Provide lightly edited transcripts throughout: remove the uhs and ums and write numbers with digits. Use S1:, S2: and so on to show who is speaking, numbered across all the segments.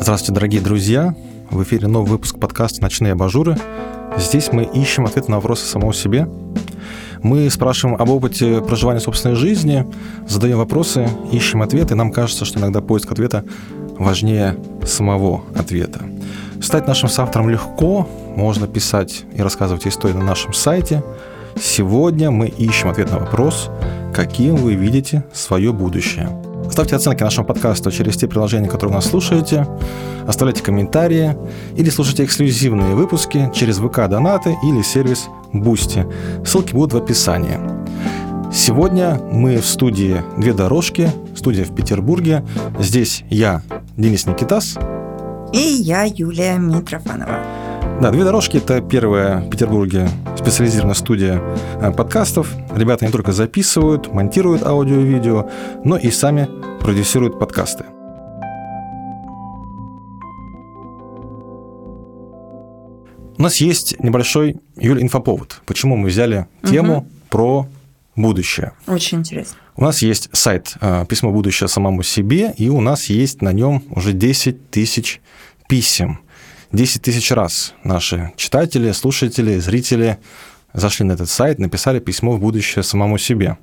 S1: Здравствуйте, дорогие друзья! В эфире новый выпуск подкаста «Ночные абажуры». Здесь мы ищем ответы на вопросы самого себе. Мы спрашиваем об опыте проживания собственной жизни, задаем вопросы, ищем ответы. Нам кажется, что иногда поиск ответа важнее самого ответа. Стать нашим соавтором легко. Можно писать и рассказывать истории на нашем сайте. Сегодня мы ищем ответ на вопрос, каким вы видите свое будущее. Ставьте оценки нашему подкасту через те приложения, которые вы нас слушаете, оставляйте комментарии или слушайте эксклюзивные выпуски через ВК-донаты или сервис Boosty. Ссылки будут в описании. Сегодня мы в студии «Две дорожки», студия в Петербурге. Здесь я, Денис Никитас.
S2: И я, Юлия Митрофанова.
S1: Да, «Две дорожки» — это первая в Петербурге специализированная студия подкастов. Ребята не только записывают, монтируют аудио и видео, но и сами продюсируют подкасты. У нас есть небольшой, Юль, инфоповод. Почему мы взяли тему про будущее.
S2: Очень интересно.
S1: У нас есть сайт «Письмо в будущее самому себе», и у нас есть на нем уже 10 тысяч писем. 10 тысяч раз наши читатели, слушатели, зрители зашли на этот сайт, написали письмо в будущее самому себе.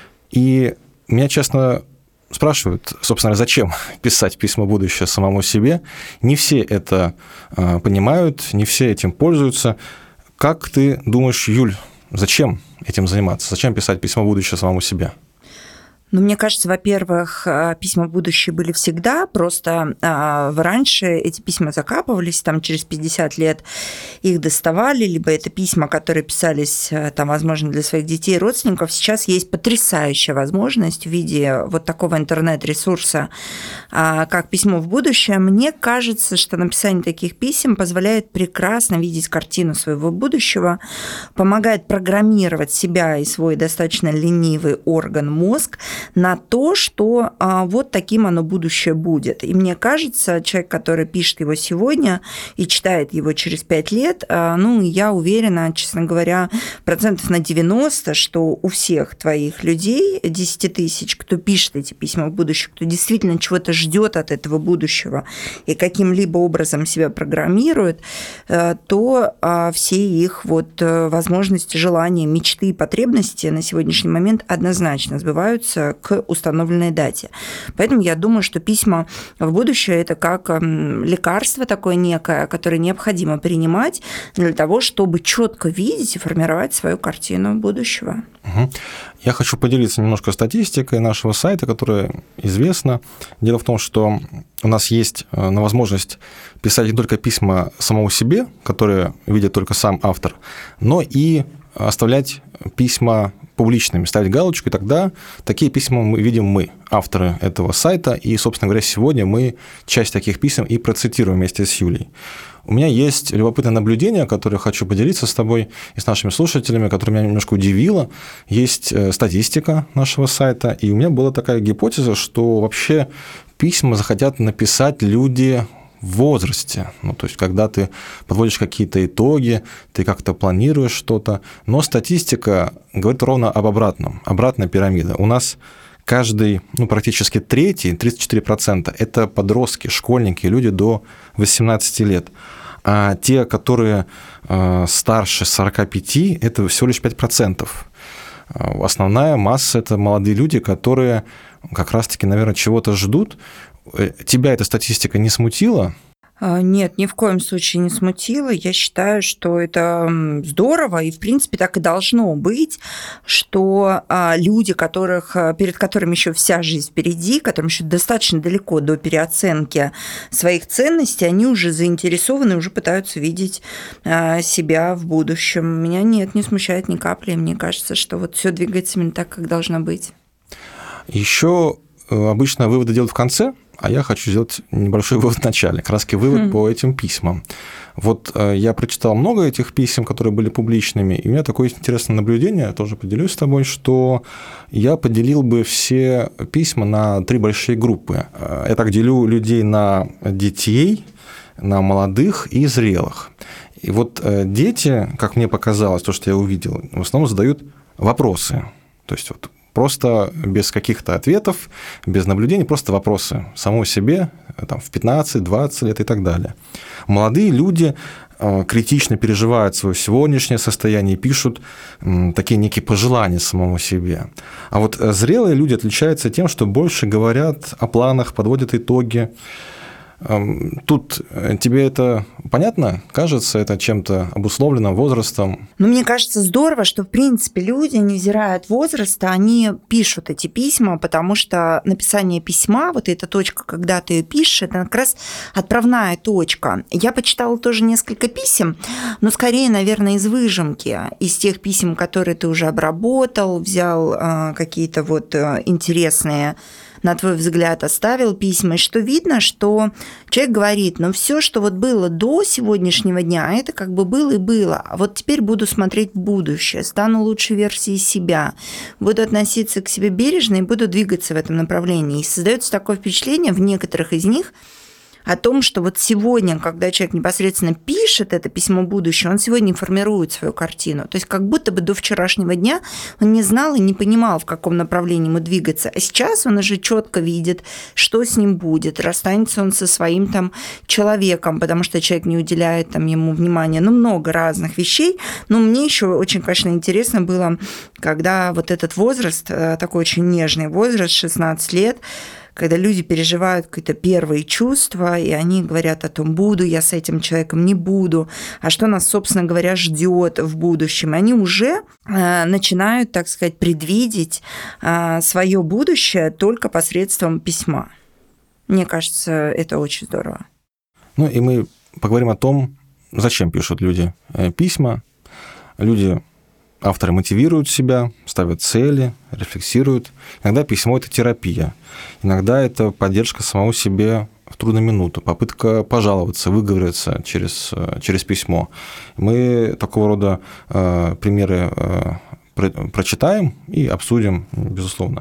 S1: И меня честно спрашивают, собственно, зачем писать письмо в будущее самому себе. Не все это понимают, не все этим пользуются. Как ты думаешь, Юль, зачем этим заниматься? Зачем писать письмо в будущее самому себе?
S2: Ну, мне кажется, во-первых, письма в будущее были всегда, просто раньше эти письма закапывались, там через 50 лет их доставали, либо это письма, которые писались, там, возможно, для своих детей и родственников. Сейчас есть потрясающая возможность в виде вот такого интернет-ресурса, как письмо в будущее. Мне кажется, что написание таких писем позволяет прекрасно видеть картину своего будущего, помогает программировать себя и свой достаточно ленивый орган мозг на то, что вот таким оно будущее будет. И мне кажется, человек, который пишет его сегодня и читает его через 5 лет, ну, я уверена, честно говоря, 90%, что у всех твоих людей, 10 тысяч, кто пишет эти письма в будущее, кто действительно чего-то ждет от этого будущего и каким-либо образом себя программирует, то все их вот возможности, желания, мечты и потребности на сегодняшний момент однозначно сбываются к установленной дате. Поэтому я думаю, что письма в будущее – это как лекарство такое некое, которое необходимо принимать для того, чтобы четко видеть и формировать свою картину будущего.
S1: Я хочу поделиться немножко статистикой нашего сайта, которая известна. Дело в том, что у нас есть возможность писать не только письма самому себе, которые видит только сам автор, но и оставлять письма публичными, ставить галочку, и тогда такие письма мы видим мы, авторы этого сайта, и, собственно говоря, сегодня мы часть таких писем и процитируем вместе с Юлей. У меня есть любопытное наблюдение, которое хочу поделиться с тобой и с нашими слушателями, которое меня немножко удивило. Есть статистика нашего сайта, и у меня была такая гипотеза, что вообще письма захотят написать люди в возрасте, ну, то есть, когда ты подводишь какие-то итоги, ты как-то планируешь что-то, но статистика говорит ровно об обратном, обратная пирамида. У нас каждый, практически третий, 34%, это подростки, школьники, люди до 18 лет, а те, которые старше 45, это всего лишь 5%. Основная масса – это молодые люди, которые как раз-таки, наверное, чего-то ждут. Тебя эта статистика не смутила?
S2: Нет, ни в коем случае не смутило. Я считаю, что это здорово, и, в принципе, так и должно быть, что люди, перед которыми еще вся жизнь впереди, которым еще достаточно далеко до переоценки своих ценностей, они уже заинтересованы, уже пытаются видеть себя в будущем. Меня не смущает ни капли. Мне кажется, что вот все двигается именно так, как должно быть.
S1: Еще обычно выводы делают в конце, а я хочу сделать небольшой вывод в начале, как раз вывод по этим письмам. Вот я прочитал много этих писем, которые были публичными, и у меня такое интересное наблюдение, я тоже поделюсь с тобой, что я поделил бы все письма на 3 большие группы. Я так делю людей на детей, на молодых и зрелых. И вот дети, как мне показалось, то, что я увидел, в основном задают вопросы. То есть вот просто без каких-то ответов, без наблюдений, просто вопросы самому себе, там, в 15-20 лет и так далее. Молодые люди критично переживают свое сегодняшнее состояние и пишут такие некие пожелания самому себе. А вот зрелые люди отличаются тем, что больше говорят о планах, подводят итоги. Тут тебе это понятно? Кажется, это чем-то обусловлено возрастом?
S2: Ну, мне кажется, здорово, что, в принципе, люди, невзирая от возраста, они пишут эти письма, потому что написание письма, вот эта точка, когда ты ее пишешь, это как раз отправная точка. Я почитала тоже несколько писем, но скорее, наверное, из выжимки, из тех писем, которые ты уже обработал, взял какие-то вот интересные, на твой взгляд, оставил письма, и что видно, что человек говорит, ну все, что вот было до сегодняшнего дня, это как бы было и было, а вот теперь буду смотреть в будущее, стану лучшей версией себя, буду относиться к себе бережно и буду двигаться в этом направлении. И создается такое впечатление в некоторых из них о том, что вот сегодня, когда человек непосредственно пишет это письмо будущего, он сегодня формирует свою картину. То есть как будто бы до вчерашнего дня он не знал и не понимал, в каком направлении ему двигаться. А сейчас он уже четко видит, что с ним будет, расстанется он со своим там человеком, потому что человек не уделяет там ему внимания. Ну, много разных вещей. Но мне еще очень, конечно, интересно было, когда вот этот возраст, такой очень нежный возраст, 16 лет, когда люди переживают какие-то первые чувства, и они говорят о том, буду я с этим человеком, не буду, а что нас, собственно говоря, ждет в будущем. Они уже начинают, так сказать, предвидеть свое будущее только посредством письма. Мне кажется, это очень здорово.
S1: Ну и мы поговорим о том, зачем пишут люди письма. Люди, авторы, мотивируют себя, ставят цели, рефлексируют. Иногда письмо – это терапия. Иногда это поддержка самому себе в трудную минуту, попытка пожаловаться, выговориться через письмо. Мы такого рода примеры прочитаем и обсудим, безусловно.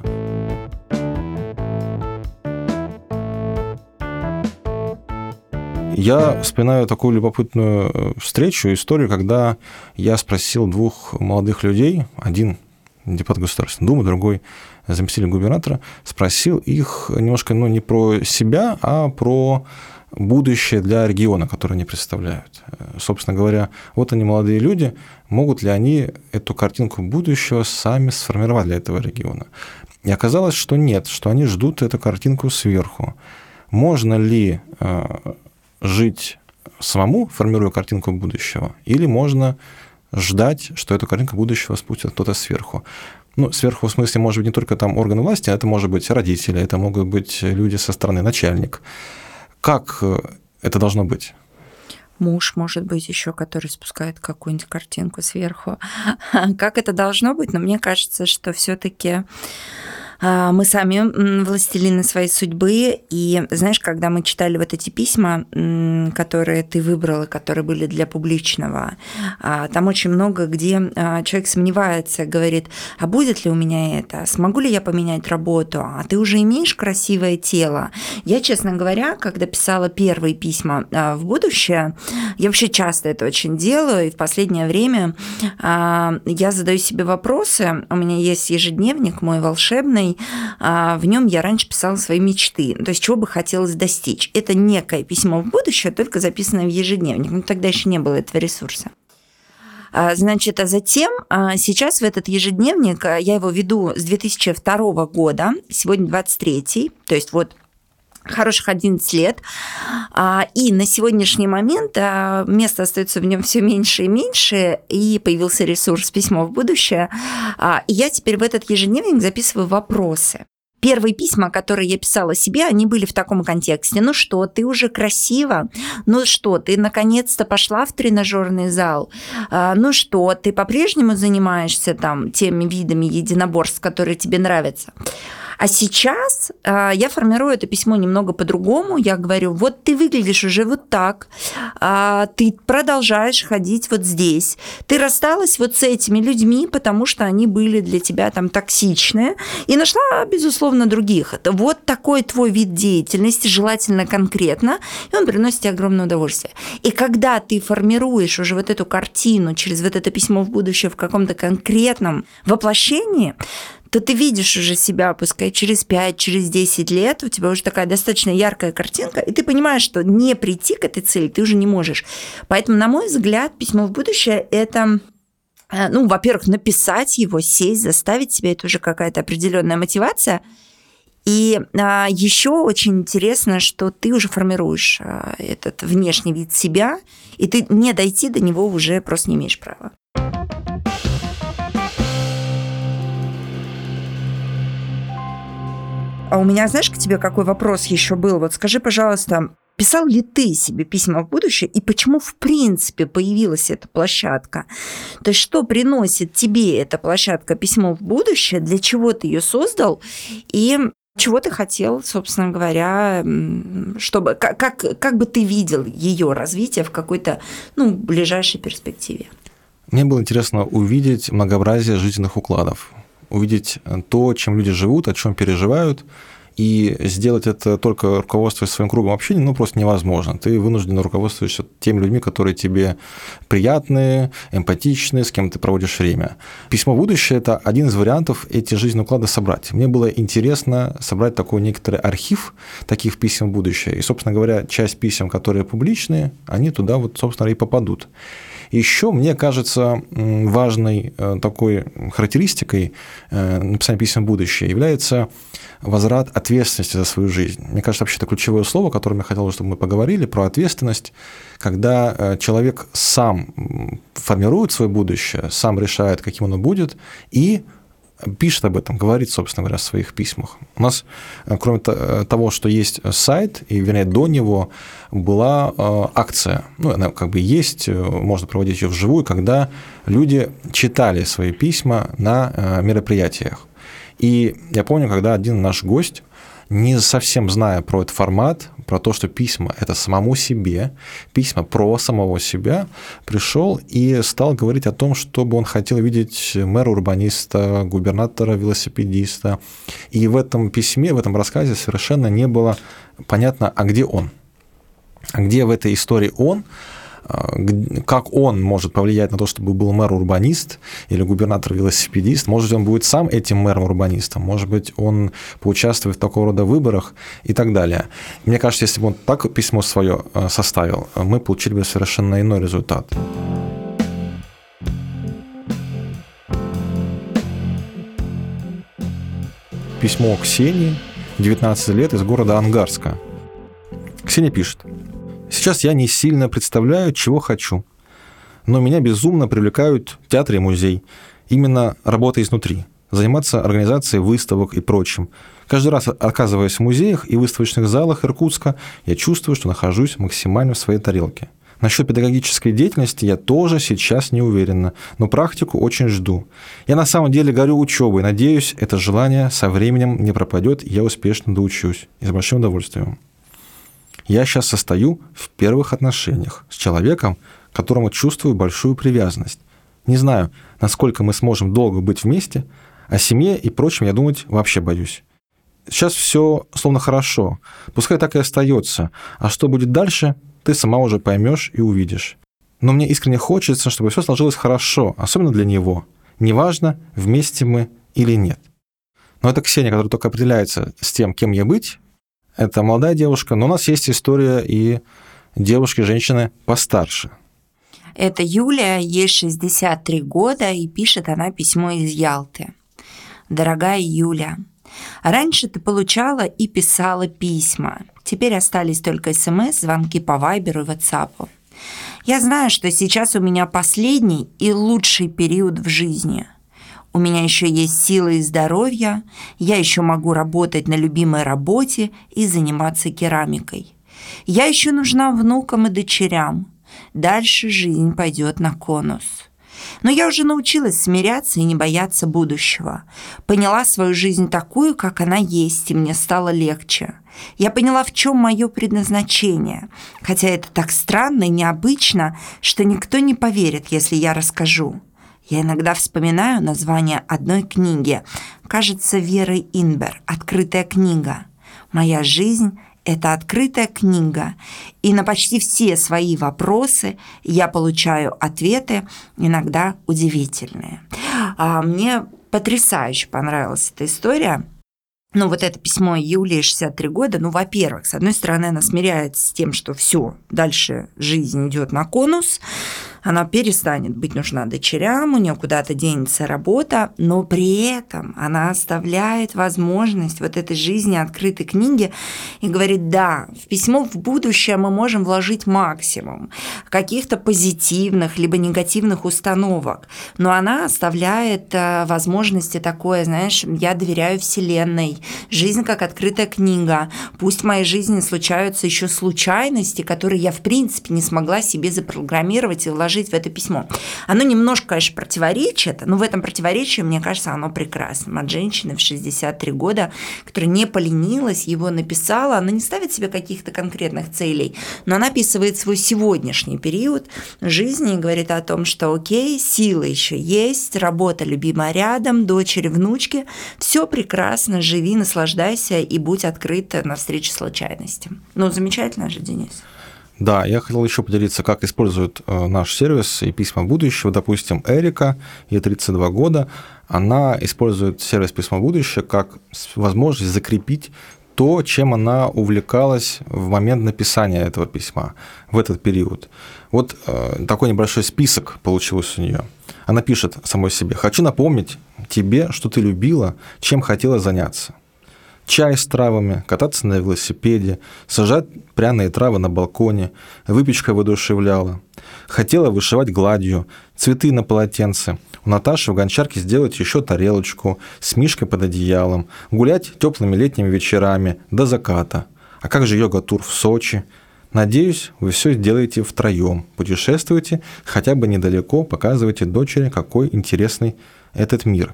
S1: Я вспоминаю такую любопытную встречу, историю, когда я спросил двух молодых людей, один депутат Государственной Думы, другой заместитель губернатора, спросил их немножко, не про себя, а про будущее для региона, которое они представляют. Собственно говоря, вот они, молодые люди, могут ли они эту картинку будущего сами сформировать для этого региона? И оказалось, что нет, что они ждут эту картинку сверху. Можно ли жить самому, формируя картинку будущего, или можно ждать, что эту картинку будущего спустит кто-то сверху. Сверху в смысле, может быть, не только там органы власти, а это может быть родители, это могут быть люди со стороны, начальник. Как это должно быть?
S2: Муж, может быть, еще, который спускает какую-нибудь картинку сверху. Как это должно быть? Но мне кажется, что все-таки мы сами властелины своей судьбы, и, знаешь, когда мы читали вот эти письма, которые ты выбрала, которые были для публичного, там очень много, где человек сомневается, говорит, а будет ли у меня это, смогу ли я поменять работу, а ты уже имеешь красивое тело. Я, честно говоря, когда писала первые письма в будущее, я вообще часто это очень делаю, и в последнее время я задаю себе вопросы, у меня есть ежедневник мой волшебный, в нем я раньше писала свои мечты, то есть чего бы хотелось достичь. Это некое письмо в будущее, только записанное в ежедневник. Тогда еще не было этого ресурса. Значит, а затем сейчас в этот ежедневник, я его веду с 2002 года, сегодня 23-й, то есть вот хороших 11 лет, и на сегодняшний момент место остается в нем все меньше и меньше, и появился ресурс «Письмо в будущее», и я теперь в этот ежедневник записываю вопросы. Первые письма, которые я писала себе, они были в таком контексте. Ну что, ты уже красива? Ну что, ты наконец-то пошла в тренажерный зал? Ну что, ты по-прежнему занимаешься там теми видами единоборств, которые тебе нравятся? А сейчас я формирую это письмо немного по-другому. Я говорю, вот ты выглядишь уже вот так, ты продолжаешь ходить вот здесь, ты рассталась вот с этими людьми, потому что они были для тебя там токсичные, и нашла, безусловно, других. Это вот такой твой вид деятельности, желательно конкретно, и он приносит тебе огромное удовольствие. И когда ты формируешь уже вот эту картину через вот это письмо в будущее в каком-то конкретном воплощении, то ты видишь уже себя, пускай через 5, через 10 лет, у тебя уже такая достаточно яркая картинка, и ты понимаешь, что не прийти к этой цели ты уже не можешь. Поэтому, на мой взгляд, письмо в будущее – это, во-первых, написать его, сесть, заставить себя, это уже какая-то определенная мотивация. И еще очень интересно, что ты уже формируешь этот внешний вид себя, и ты не дойти до него уже просто не имеешь права. А у меня, знаешь, к тебе какой вопрос еще был? Вот скажи, пожалуйста, писал ли ты себе письма в будущее, и почему, в принципе, появилась эта площадка? То есть что приносит тебе эта площадка «Письмо в будущее», для чего ты ее создал, и чего ты хотел, собственно говоря, чтобы как бы ты видел ее развитие в какой-то ближайшей перспективе?
S1: Мне было интересно увидеть многообразие жизненных укладов, увидеть то, чем люди живут, о чем переживают, и сделать это только руководствуясь своим кругом общения, просто невозможно. Ты вынужден руководствоваться теми людьми, которые тебе приятны, эмпатичны, с кем ты проводишь время. Письмо в будущее – это один из вариантов эти жизненные уклады собрать. Мне было интересно собрать такой некоторый архив таких писем в будущее. И, собственно говоря, часть писем, которые публичные, они туда, собственно, и попадут. Еще, мне кажется, важной такой характеристикой написания писем в будущее является возврат ответственности за свою жизнь. Мне кажется, вообще это ключевое слово, о котором я хотел, чтобы мы поговорили, про ответственность, когда человек сам формирует свое будущее, сам решает, каким оно будет, и пишет об этом, говорит, собственно говоря, в своих письмах. У нас, кроме того, что есть сайт, и, вернее, до него была акция, она есть, можно проводить ее вживую, когда люди читали свои письма на мероприятиях. И я помню, когда один наш гость, не совсем зная про этот формат, про то, что письма – это самому себе, письма про самого себя, пришел и стал говорить о том, что бы он хотел видеть мэра-урбаниста, губернатора-велосипедиста. И в этом письме, в этом рассказе совершенно не было понятно, а где он? А где в этой истории он? Как он может повлиять на то, чтобы был мэр-урбанист или губернатор-велосипедист? Может, он будет сам этим мэром-урбанистом? Может быть, он поучаствует в такого рода выборах и так далее? Мне кажется, если бы он так письмо свое составил, мы получили бы совершенно иной результат. Письмо Ксении, 19 лет, из города Ангарска. Ксения пишет. Сейчас я не сильно представляю, чего хочу, но меня безумно привлекают театр и музей. Именно работа изнутри, заниматься организацией выставок и прочим. Каждый раз, оказываясь в музеях и выставочных залах Иркутска, я чувствую, что нахожусь максимально в своей тарелке. Насчет педагогической деятельности я тоже сейчас не уверена, но практику очень жду. Я на самом деле горю учебой, надеюсь, это желание со временем не пропадет, и я успешно доучусь. И с большим удовольствием. Я сейчас состою в первых отношениях с человеком, к которому чувствую большую привязанность. Не знаю, насколько мы сможем долго быть вместе, о семье и прочем я думать вообще боюсь. Сейчас все словно хорошо, пускай так и остается, а что будет дальше, ты сама уже поймешь и увидишь. Но мне искренне хочется, чтобы все сложилось хорошо, особенно для него. Неважно, вместе мы или нет. Но это Ксения, которая только определяется с тем, кем ей быть. Это молодая девушка, но у нас есть история и девушки, женщины постарше.
S2: Это Юлия, ей 63 года, и пишет она письмо из Ялты. «Дорогая Юля, раньше ты получала и писала письма. Теперь остались только СМС, звонки по Вайберу и Ватсапу. Я знаю, что сейчас у меня последний и лучший период в жизни. У меня еще есть силы и здоровье, я еще могу работать на любимой работе и заниматься керамикой. Я еще нужна внукам и дочерям. Дальше жизнь пойдет на конус. Но я уже научилась смиряться и не бояться будущего. Поняла свою жизнь такую, как она есть, и мне стало легче. Я поняла, в чем мое предназначение. Хотя это так странно и необычно, что никто не поверит, если я расскажу. Я иногда вспоминаю название одной книги, кажется, Веры Инбер «Открытая книга». Моя жизнь – это открытая книга, и на почти все свои вопросы я получаю ответы, иногда удивительные. Мне потрясающе понравилась эта история. Ну, вот это письмо Юлии, 63 года, ну, во-первых, с одной стороны, она смиряется с тем, что все, дальше жизнь идет на конус, она перестанет быть нужна дочерям, у нее куда-то денется работа, но при этом она оставляет возможность вот этой жизни открытой книги и говорит, да, в письмо в будущее мы можем вложить максимум каких-то позитивных либо негативных установок, но она оставляет возможности такое, знаешь, я доверяю Вселенной, жизнь как открытая книга, пусть в моей жизни случаются еще случайности, которые я в принципе не смогла себе запрограммировать и вложить в это письмо. Оно немножко, конечно, противоречит, но в этом противоречии, мне кажется, оно прекрасно. От женщины в 63 года, которая не поленилась, его написала, она не ставит себе каких-то конкретных целей, но она описывает свой сегодняшний период жизни и говорит о том, что окей, силы еще есть, работа любимая рядом, дочери, внучки, все прекрасно, живи, наслаждайся и будь открыта навстречу случайностям. Ну, замечательно же, Денис.
S1: Да, я хотел еще поделиться, как используют наш сервис и письма будущего. Допустим, Эрика, ей 32 года, она использует сервис письма будущего как возможность закрепить то, чем она увлекалась в момент написания этого письма в этот период. Вот такой небольшой список получился у нее. Она пишет самой себе: «Хочу напомнить тебе, что ты любила, чем хотела заняться. Чай с травами, кататься на велосипеде, сажать пряные травы на балконе, выпечка воодушевляла. Хотела вышивать гладью, цветы на полотенце, у Наташи в гончарке сделать еще тарелочку с мишкой под одеялом, гулять теплыми летними вечерами до заката. А как же йога-тур в Сочи? Надеюсь, вы все делаете втроем, путешествуете хотя бы недалеко, показываете дочери, какой интересный этот мир».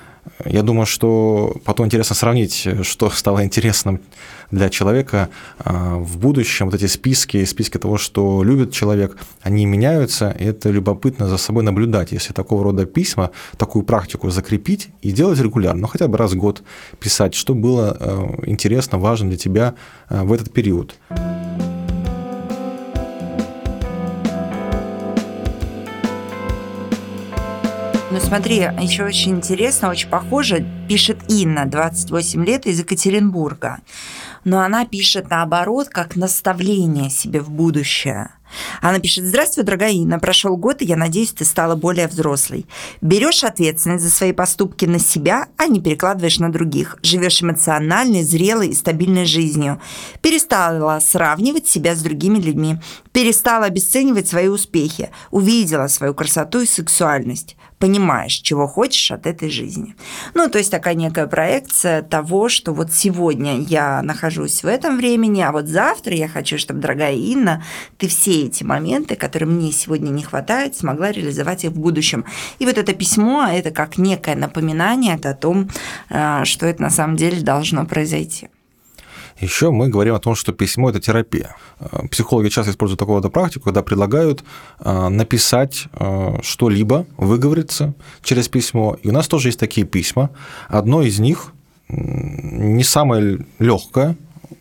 S1: Я думаю, что потом интересно сравнить, что стало интересным для человека в будущем. Вот эти списки того, что любит человек, они меняются, и это любопытно за собой наблюдать. Если такого рода письма, такую практику закрепить и делать регулярно, ну хотя бы раз в год писать, что было интересно, важно для тебя в этот период.
S2: Ну смотри, еще очень интересно, очень похоже, пишет Инна, 28 лет, из Екатеринбурга. Но она пишет наоборот, как наставление себе в будущее. Она пишет: «Здравствуй, дорогая Инна, прошел год, и я надеюсь, ты стала более взрослой. Берешь ответственность за свои поступки на себя, а не перекладываешь на других. Живешь эмоциональной, зрелой и стабильной жизнью. Перестала сравнивать себя с другими людьми. Перестала обесценивать свои успехи. Увидела свою красоту и сексуальность. Понимаешь, чего хочешь от этой жизни». Ну, то есть такая некая проекция того, что вот сегодня я нахожусь в этом времени, а вот завтра я хочу, чтобы, дорогая Инна, ты все эти моменты, которые мне сегодня не хватает, смогла реализовать их в будущем. И вот это письмо, это как некое напоминание о том, что это на самом деле должно произойти.
S1: Еще мы говорим о том, что письмо – это терапия. Психологи часто используют такого рода практику, когда предлагают написать что-либо, выговориться через письмо. И у нас тоже есть такие письма. Одно из них, не самое легкое,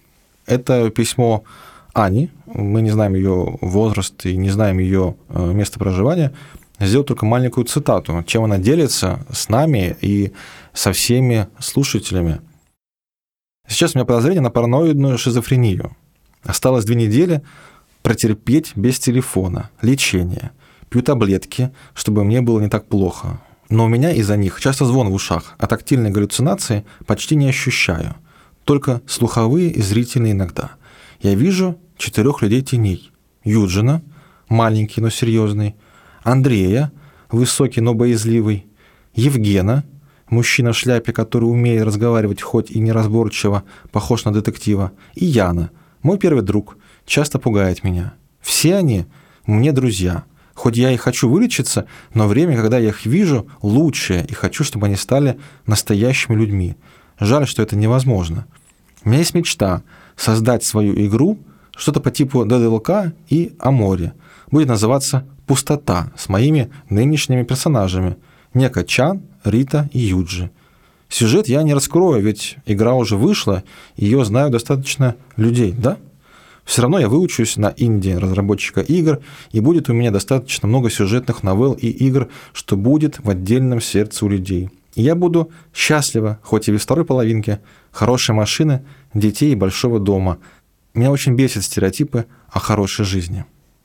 S1: это письмо Ани. Мы не знаем ее возраст и не знаем ее место проживания. Сделал только маленькую цитату, чем она делится с нами и со всеми слушателями. Сейчас у меня подозрение на параноидную шизофрению. Осталось 2 недели протерпеть без телефона, лечение. Пью таблетки, чтобы мне было не так плохо. Но у меня из-за них часто звон в ушах, а тактильные галлюцинации почти не ощущаю. Только слуховые и зрительные иногда. Я вижу 4 людей-теней. Юджина, маленький, но серьезный. Андрея, высокий, но боязливый. Евгена, мужчина в шляпе, который умеет разговаривать хоть и неразборчиво, похож на детектива. И Яна, мой первый друг, часто пугает меня. Все они мне друзья. Хоть я и хочу вылечиться, но время, когда я их вижу, лучшее, и хочу, чтобы они стали настоящими людьми. Жаль, что это невозможно. У меня есть мечта создать свою игру, что-то по типу ДДЛК и о море. Будет называться «Пустота» с моими нынешними персонажами. Нека Чан, Рита и Юджи. Сюжет я не раскрою, ведь игра уже вышла, ее знают достаточно людей, да? Все равно я выучусь на инди-разработчика игр, и будет у меня достаточно много сюжетных новелл и игр, что будет в отдельном сердце у людей. И я буду счастлива, хоть и без второй половинки, хорошей машины, детей и большого дома. Меня очень бесят стереотипы о хорошей жизни.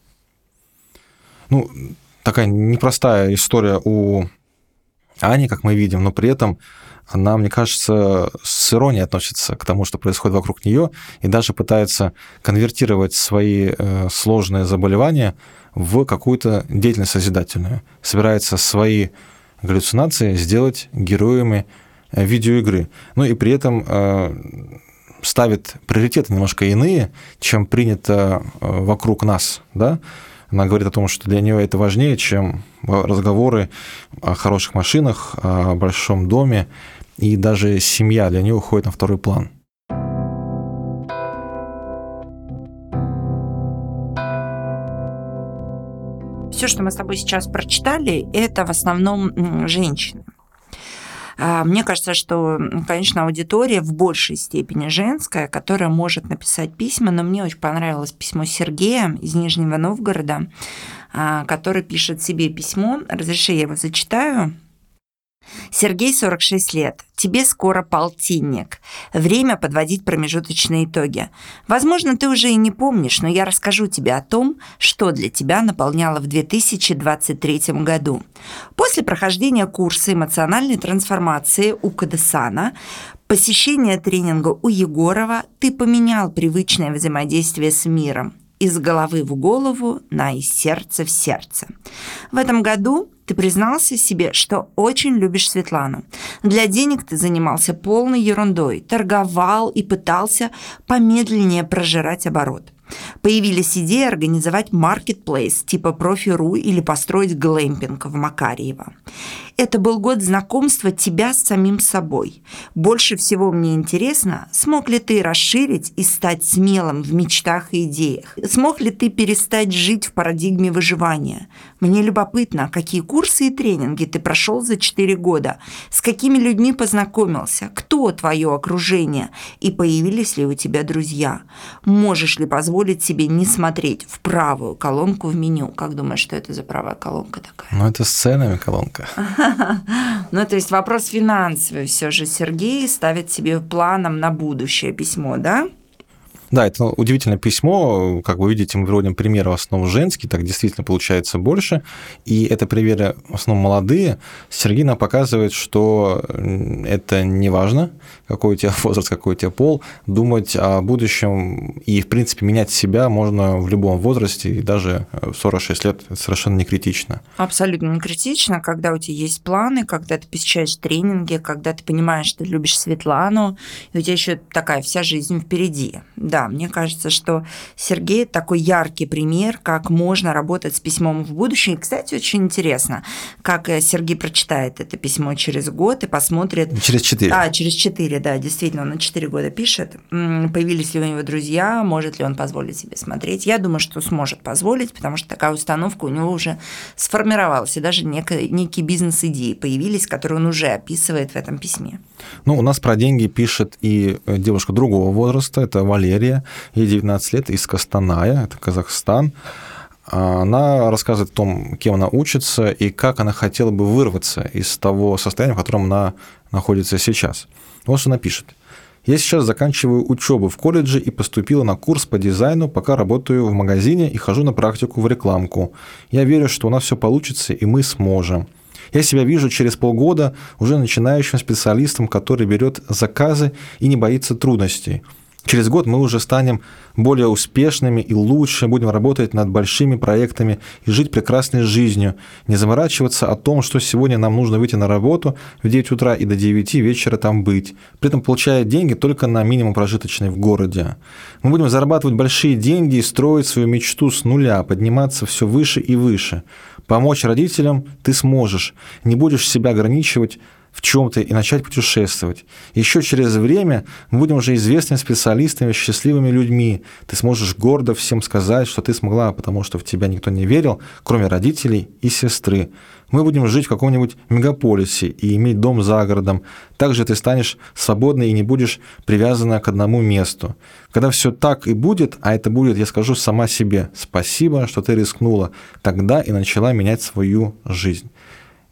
S1: Ну, такая непростая история у Ани, как мы видим, но при этом она, мне кажется, с иронией относится к тому, что происходит вокруг нее, и даже пытается конвертировать свои сложные заболевания в какую-то деятельность созидательную. Собирается свои галлюцинации сделать героями видеоигры. Ну и при этом ставит приоритеты немножко иные, чем принято вокруг нас, да? Она говорит о том, что для нее это важнее, чем разговоры о хороших машинах, о большом доме, и даже семья для нее уходит на второй план.
S2: Все, что мы с тобой сейчас прочитали, это в основном женщины. Мне кажется, что, конечно, аудитория в большей степени женская, которая может написать письма, но мне очень понравилось письмо Сергея из Нижнего Новгорода, который пишет себе письмо. Разреши, я его зачитаю. Сергей, 46 лет. Тебе скоро полтинник. Время подводить промежуточные итоги. Возможно, ты уже и не помнишь, но я расскажу тебе о том, что для тебя наполняло в 2023 году. После прохождения курса эмоциональной трансформации у Кадесана, посещения тренинга у Егорова, ты поменял привычное взаимодействие с миром из головы в голову на из сердца в сердце. В этом году ты признался себе, что очень любишь Светлану. Для денег ты занимался полной ерундой, торговал и пытался помедленнее прожирать оборот. Появились идеи организовать маркетплейс типа Профи.ру или построить глэмпинг в Макарьево. Это был год знакомства тебя с самим собой. Больше всего мне интересно, смог ли ты расширить и стать смелым в мечтах и идеях? Смог ли ты перестать жить в парадигме выживания? Мне любопытно, какие курсы и тренинги ты прошел за 4 года, с какими людьми познакомился, кто твое окружение и появились ли у тебя друзья? Можешь ли позволить себе не смотреть в правую колонку в меню? Как думаешь, что это за правая колонка такая?
S1: Ну, это с ценами колонка.
S2: Ну, то есть вопрос финансовый все же. Сергей ставит себе планом на будущее письмо, да?
S1: Да, это удивительное письмо. Как вы видите, мы приводим примеры в основном женские, так действительно получается больше. И это примеры в основном молодые. Сергей нам показывает, что это не важно, какой у тебя возраст, какой у тебя пол. Думать о будущем и, в принципе, менять себя можно в любом возрасте, и даже в 46 лет это совершенно не критично.
S2: Абсолютно не критично, когда у тебя есть планы, когда ты посещаешь тренинги, когда ты понимаешь, что ты любишь Светлану, и у тебя еще такая вся жизнь впереди. Да, мне кажется, что Сергей такой яркий пример, как можно работать с письмом в будущем. И, кстати, очень интересно, как Сергей прочитает это письмо через год и посмотрит...
S1: Через 4.
S2: Через 4, да, действительно, он на 4 года пишет. Появились ли у него друзья, может ли он позволить себе смотреть. Я думаю, что сможет позволить, потому что такая установка у него уже сформировалась, и даже некие бизнес-идеи появились, которые он уже описывает в этом письме.
S1: Ну, у нас про деньги пишет и девушка другого возраста, это Валерия, ей 19 лет, из Костаная, это Казахстан. Она рассказывает о том, кем она учится и как она хотела бы вырваться из того состояния, в котором она находится сейчас. Вот что она пишет. «Я сейчас заканчиваю учебу в колледже и поступила на курс по дизайну, пока работаю в магазине и хожу на практику в рекламку. Я верю, что у нас все получится, и мы сможем. Я себя вижу через полгода уже начинающим специалистом, который берет заказы и не боится трудностей. Через год мы уже станем более успешными и лучше, будем работать над большими проектами и жить прекрасной жизнью, не заморачиваться о том, что сегодня нам нужно выйти на работу в 9 утра и до 9 вечера там быть, при этом получая деньги только на минимум прожиточный в городе. Мы будем зарабатывать большие деньги и строить свою мечту с нуля, подниматься все выше и выше. Помочь родителям ты сможешь, не будешь себя ограничивать в чем-то и начать путешествовать. Еще через время мы будем уже известными специалистами, счастливыми людьми. Ты сможешь гордо всем сказать, что ты смогла, потому что в тебя никто не верил, кроме родителей и сестры. Мы будем жить в каком-нибудь мегаполисе и иметь дом за городом. Также ты станешь свободной и не будешь привязана к одному месту. Когда все так и будет, а это будет, я скажу сама себе: спасибо, что ты рискнула тогда и начала менять свою жизнь».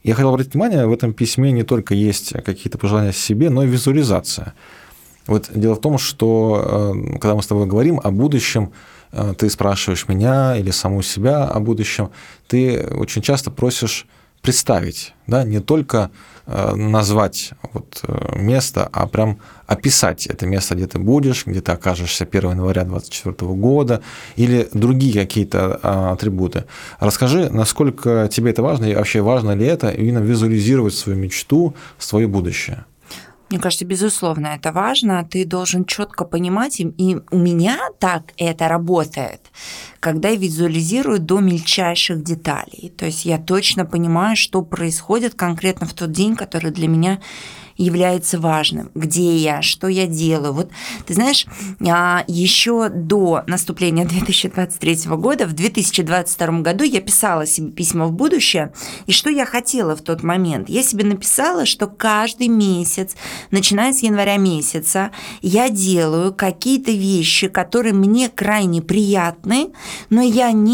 S1: Я хотел обратить внимание, в этом письме не только есть какие-то пожелания себе, но и визуализация. Вот дело в том, что когда мы с тобой говорим о будущем, ты спрашиваешь меня или саму себя о будущем, ты очень часто просишь представить, да, не только назвать место, а прям описать это место, где ты будешь, где ты окажешься 1 января 2024 года, или другие какие-то атрибуты. Расскажи, насколько тебе это важно, и вообще важно ли это именно визуализировать свою мечту, свое будущее?
S2: Мне кажется, безусловно, это важно. Ты должен четко понимать, и у меня так это работает, когда я визуализирую до мельчайших деталей. То есть я точно понимаю, что происходит конкретно в тот день, который для меня является важным, где я, что я делаю. Вот ты знаешь, еще до наступления 2023 года, в 2022 году я писала себе письма в будущее, и что я хотела в тот момент? Я себе написала, что каждый месяц, начиная с января месяца, я делаю какие-то вещи, которые мне крайне приятны, но я их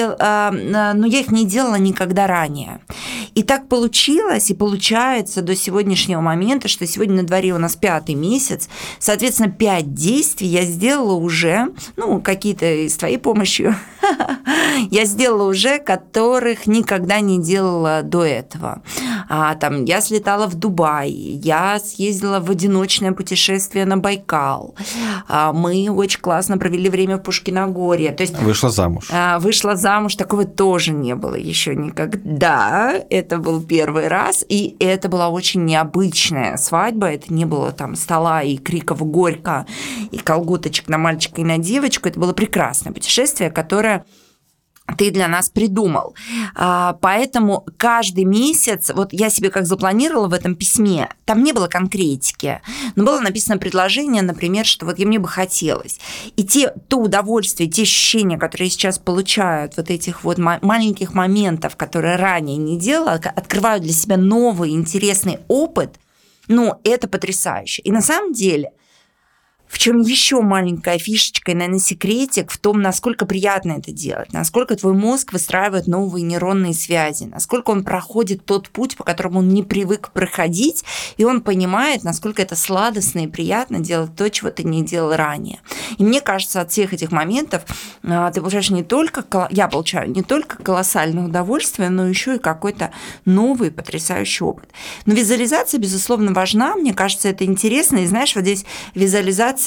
S2: не делала никогда ранее. И так получилось, и получается до сегодняшнего момента, что сегодня на дворе у нас 5-й месяц, соответственно, 5 действий я сделала уже, какие-то с твоей помощью, я сделала уже, которых никогда не делала до этого. Я слетала в Дубай, я съездила в одиночное путешествие на Байкал, мы очень классно провели время в Пушкиногорье. То есть,
S1: вышла замуж.
S2: Вышла замуж, такого тоже не было еще никогда. Это был первый раз, и это была очень необычная свадьба. Это не было там стола и криков горько, и колготочек на мальчика и на девочку. Это было прекрасное путешествие, которое ты для нас придумал. Поэтому каждый месяц, вот я себе как запланировала в этом письме, там не было конкретики, но было написано предложение, например, что вот мне бы хотелось. И то удовольствие, те ощущения, которые я сейчас получаю от вот этих вот маленьких моментов, которые ранее не делала, открывают для себя новый интересный опыт, это потрясающе. И на самом деле, в чем еще маленькая фишечка и, наверное, секретик в том, насколько приятно это делать, насколько твой мозг выстраивает новые нейронные связи, насколько он проходит тот путь, по которому он не привык проходить, и он понимает, насколько это сладостно и приятно делать то, чего ты не делал ранее. И мне кажется, от всех этих моментов ты получаешь я получаю не только колоссальное удовольствие, но еще и какой-то новый потрясающий опыт. Но визуализация, безусловно, важна, мне кажется, это интересно, и знаешь, вот здесь визуализация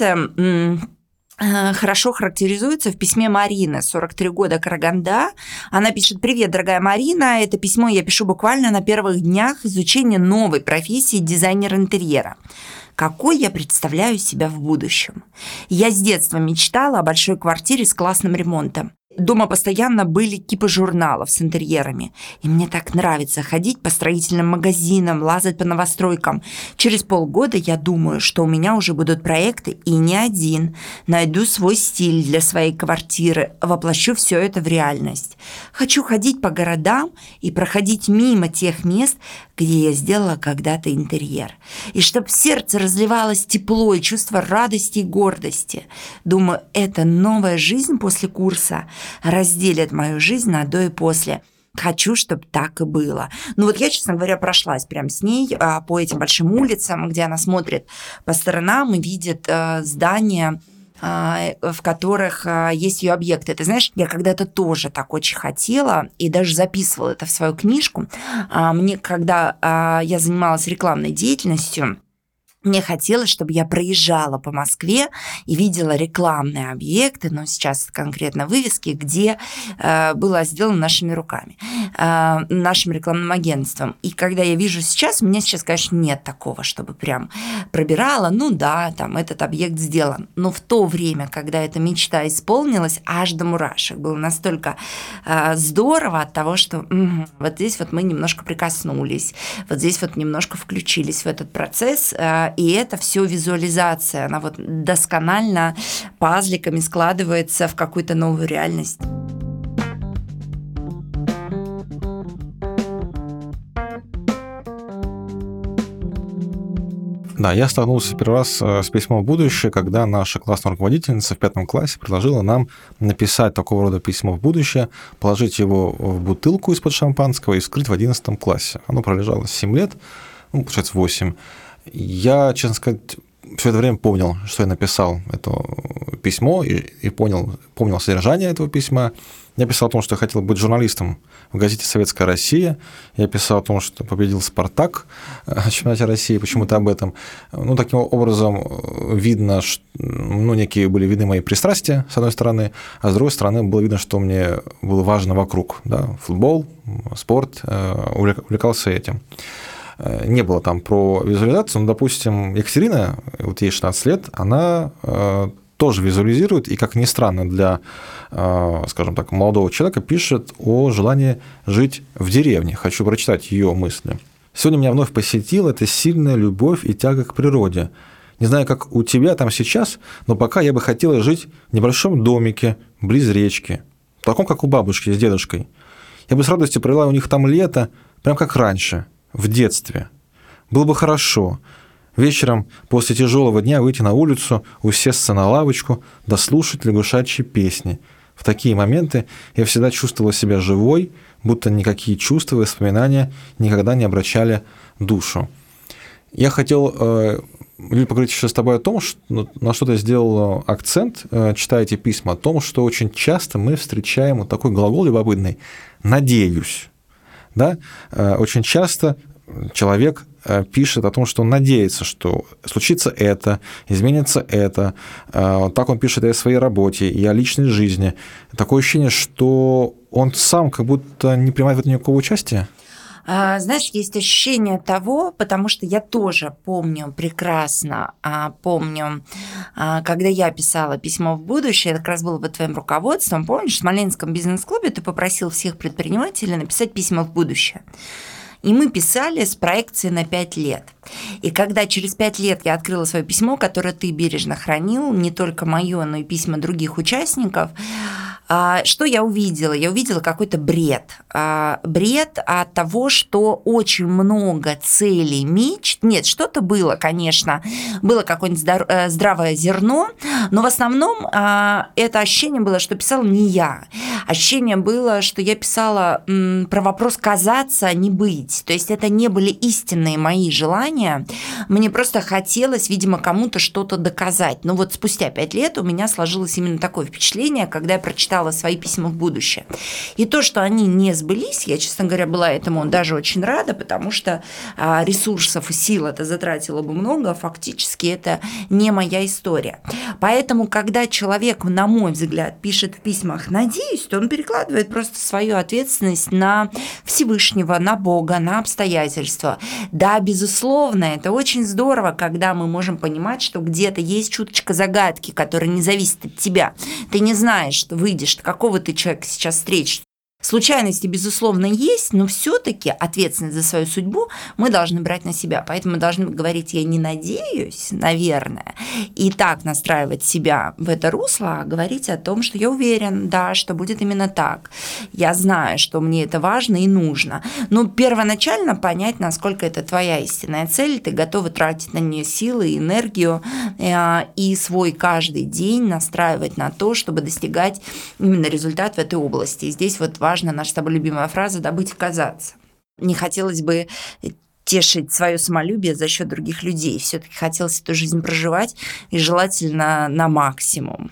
S2: хорошо характеризуется в письме Марины, 43 года, Караганда. Она пишет: «Привет, дорогая Марина, это письмо я пишу буквально на первых днях изучения новой профессии дизайнер интерьера. Какой я представляю себя в будущем? Я с детства мечтала о большой квартире с классным ремонтом. Дома постоянно были кипы журналов с интерьерами. И мне так нравится ходить по строительным магазинам, лазать по новостройкам. Через полгода я думаю, что у меня уже будут проекты, и не один. Найду свой стиль для своей квартиры, воплощу все это в реальность. Хочу ходить по городам и проходить мимо тех мест, где я сделала когда-то интерьер. И чтобы в сердце разливалось тепло и чувство радости и гордости. Думаю, эта новая жизнь после курса разделит мою жизнь на до и после. Хочу, чтобы так и было». Я, честно говоря, прошлась прям с ней по этим большим улицам, где она смотрит по сторонам и видит здания, в которых есть ее объекты. Ты знаешь, я когда-то тоже так очень хотела и даже записывала это в свою книжку. Когда я занималась рекламной деятельностью, мне хотелось, чтобы я проезжала по Москве и видела рекламные объекты, сейчас конкретно вывески, где было сделано нашими руками, нашим рекламным агентством. И когда я вижу сейчас, у меня сейчас, конечно, нет такого, чтобы прям пробирала, этот объект сделан. Но в то время, когда эта мечта исполнилась, аж до мурашек, было настолько здорово от того, что вот здесь вот мы немножко прикоснулись, вот здесь вот немножко включились в этот процесс, и это все визуализация, она досконально пазликами складывается в какую-то новую реальность.
S1: Да, я столкнулся первый раз с письмом в будущее, когда наша классная руководительница в 5 классе предложила нам написать такого рода письмо в будущее, положить его в бутылку из-под шампанского и вскрыть в 11 классе. Оно пролежало 7 лет, получается 8. Я, честно сказать, все это время помнил, что я написал это письмо и помнил содержание этого письма. Я писал о том, что я хотел быть журналистом в газете «Советская Россия». Я писал о том, что победил «Спартак» в чемпионате России, почему-то об этом. Таким образом, видно, что, некие были видны мои пристрастия, с одной стороны, а с другой стороны, было видно, что мне было важно вокруг. Да? Футбол, спорт, увлекался этим. Не было там про визуализацию, но, допустим, Екатерина, вот ей 16 лет, она тоже визуализирует, и, как ни странно, для, скажем так, молодого человека пишет о желании жить в деревне. Хочу прочитать ее мысли. «Сегодня меня вновь посетила эта сильная любовь и тяга к природе. Не знаю, как у тебя там сейчас, но пока я бы хотела жить в небольшом домике, близ речки, таком, как у бабушки с дедушкой. Я бы с радостью провела у них там лето, прям как раньше, в детстве. Было бы хорошо. Вечером после тяжелого дня выйти на улицу, усесться на лавочку, дослушать лягушачьи песни. В такие моменты я всегда чувствовала себя живой, будто никакие чувства и воспоминания никогда не обращали душу». Я хотел, Лиль, поговорить еще с тобой о том, на что ты сделал акцент, читая эти письма, о том, что очень часто мы встречаем вот такой глагол любопытный «надеюсь». Да? Очень часто человек пишет о том, что он надеется, что случится это, изменится это. Так он пишет и о своей работе, и о личной жизни. Такое ощущение, что он сам как будто не принимает в этом никакого участия.
S2: Знаешь, есть ощущение того, потому что я тоже помню прекрасно, когда я писала письмо в будущее, это как раз было под твоим руководством, помнишь, в Смоленском бизнес-клубе ты попросил всех предпринимателей написать письма в будущее. И мы писали с проекцией на 5 лет. И когда через 5 лет я открыла свое письмо, которое ты бережно хранил, не только мое, но и письма других участников, что я увидела? Я увидела какой-то бред. Бред от того, что очень много целей, мечт. Нет, что-то было, конечно. Было какое-нибудь здравое зерно, но в основном это ощущение было, что писала не я. Ощущение было, что я писала про вопрос казаться, а не быть. То есть это не были истинные мои желания. Мне просто хотелось, видимо, кому-то что-то доказать. Но вот спустя 5 лет у меня сложилось именно такое впечатление, когда я прочитала свои письма в будущее. И то, что они не сбылись, я, честно говоря, была этому даже очень рада, потому что ресурсов и сил это затратило бы много, а фактически это не моя история. Поэтому, когда человек, на мой взгляд, пишет в письмах «надеюсь», то он перекладывает просто свою ответственность на Всевышнего, на Бога, на обстоятельства. Да, безусловно, это очень здорово, когда мы можем понимать, что где-то есть чуточка загадки, которая не зависит от тебя. Ты не знаешь, что выйдешь, какого ты человека сейчас встретишь. Случайности, безусловно, есть, но все-таки ответственность за свою судьбу мы должны брать на себя. Поэтому мы должны говорить «я не надеюсь», наверное, и так настраивать себя в это русло, а говорить о том, что я уверен, да, что будет именно так. Я знаю, что мне это важно и нужно. Но первоначально понять, насколько это твоя истинная цель, ты готова тратить на нее силы и энергию и свой каждый день настраивать на то, чтобы достигать именно результат в этой области. И здесь вот важно наша с тобой любимая фраза «добыть и казаться». Не хотелось бы тешить свое самолюбие за счет других людей. Все-таки хотелось эту жизнь проживать и желательно на максимум.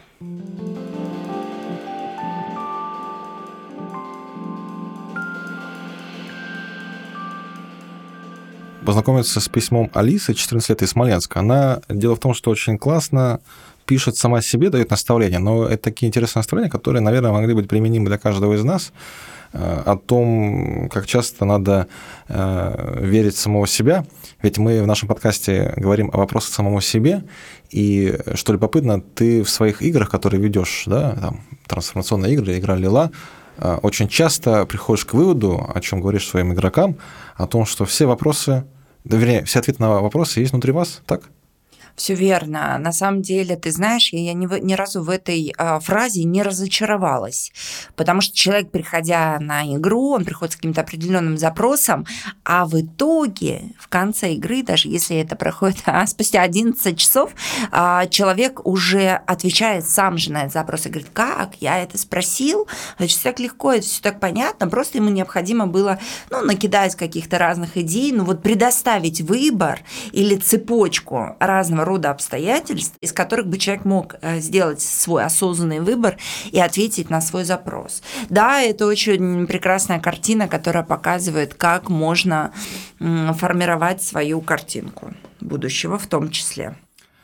S1: Познакомиться с письмом Алисы, 14 лет, из Смоленска. Дело в том, что очень классно пишет сама себе, дает наставления, но это такие интересные наставления, которые, наверное, могли быть применимы для каждого из нас, о том, как часто надо верить в самого себя. Ведь мы в нашем подкасте говорим о вопросах самому себе, и, что любопытно, ты в своих играх, которые ведешь, да, там, трансформационные игры, игра Лила, очень часто приходишь к выводу, о чем говоришь своим игрокам, о том, что все вопросы, вернее, все ответы на вопросы есть внутри вас, так?
S2: Все верно. На самом деле, ты знаешь, я ни разу в этой фразе не разочаровалась, потому что человек, приходя на игру, он приходит с каким-то определенным запросом, а в итоге, в конце игры, даже если это проходит спустя 11 часов, человек уже отвечает сам же на этот запрос и говорит: как, я это спросил, это все так легко, это все так понятно, просто ему необходимо было накидать каких-то разных идей, предоставить выбор или цепочку разного рода обстоятельств, из которых бы человек мог сделать свой осознанный выбор и ответить на свой запрос. Да, это очень прекрасная картина, которая показывает, как можно формировать свою картинку будущего в том числе.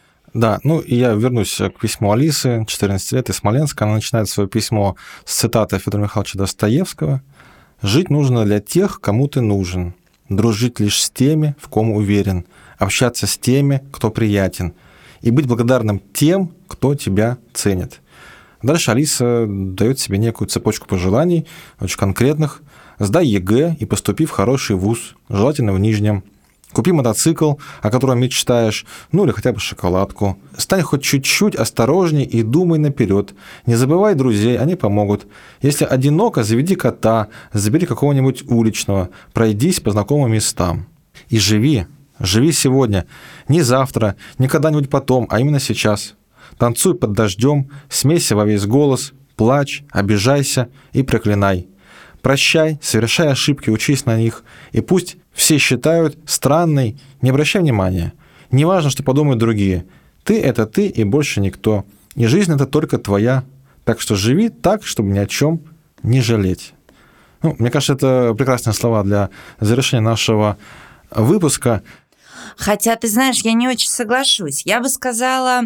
S1: Да, и я вернусь к письму Алисы, 14 лет, из Смоленска. Она начинает свое письмо с цитаты Федора Михайловича Достоевского: «Жить нужно для тех, кому ты нужен, дружить лишь с теми, в ком уверен, общаться с теми, кто приятен, и быть благодарным тем, кто тебя ценит». Дальше Алиса дает себе некую цепочку пожеланий, очень конкретных. Сдай ЕГЭ и поступи в хороший вуз, желательно в Нижнем. Купи мотоцикл, о котором мечтаешь, или хотя бы шоколадку. Стань хоть чуть-чуть осторожней и думай наперед. Не забывай друзей, они помогут. Если одиноко, заведи кота, забери какого-нибудь уличного, пройдись по знакомым местам. И живи сегодня, не завтра, не когда-нибудь потом, а именно сейчас. Танцуй под дождем, смейся во весь голос, плачь, обижайся и проклинай. Прощай, совершай ошибки, учись на них, и пусть все считают странной, не обращай внимания. Не важно, что подумают другие. Ты – это ты и больше никто. И жизнь – это только твоя. Так что живи так, чтобы ни о чем не жалеть. Мне кажется, это прекрасные слова для завершения нашего выпуска.
S2: Хотя, ты знаешь, я не очень соглашусь. Я бы сказала,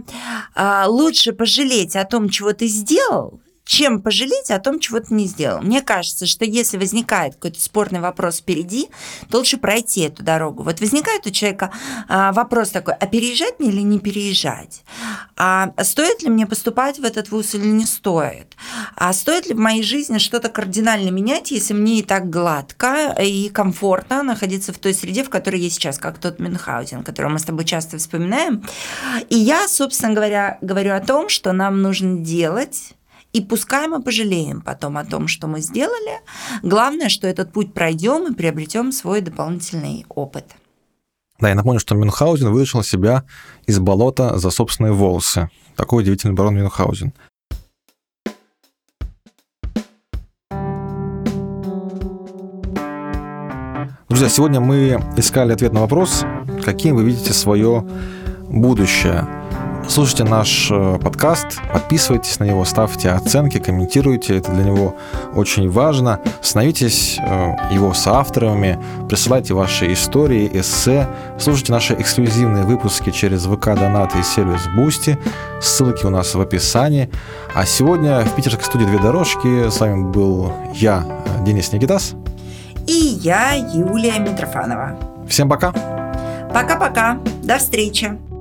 S2: лучше пожалеть о том, чего ты сделал, чем пожалеть о том, чего ты не сделал. Мне кажется, что если возникает какой-то спорный вопрос впереди, то лучше пройти эту дорогу. Возникает у человека вопрос такой: а переезжать мне или не переезжать? А стоит ли мне поступать в этот вуз или не стоит? А стоит ли в моей жизни что-то кардинально менять, если мне и так гладко и комфортно находиться в той среде, в которой я сейчас, как тот Мюнхгаузен, которого мы с тобой часто вспоминаем. И я, собственно говоря, говорю о том, что нам нужно делать. И пускай мы пожалеем потом о том, что мы сделали, главное, что этот путь пройдем и приобретем свой дополнительный опыт.
S1: Да, я напомню, что Мюнхгаузен вытащил себя из болота за собственные волосы. Такой удивительный барон Мюнхгаузен. Друзья, сегодня мы искали ответ на вопрос, каким вы видите свое будущее. Слушайте наш подкаст, подписывайтесь на него, ставьте оценки, комментируйте, это для него очень важно. Становитесь его соавторами, присылайте ваши истории, эссе, слушайте наши эксклюзивные выпуски через ВК-донаты и сервис Boosty, ссылки у нас в описании. А сегодня в питерской студии «Две дорожки» с вами был я, Денис Никитас.
S2: И я, Юлия Митрофанова.
S1: Всем пока!
S2: Пока-пока, до встречи!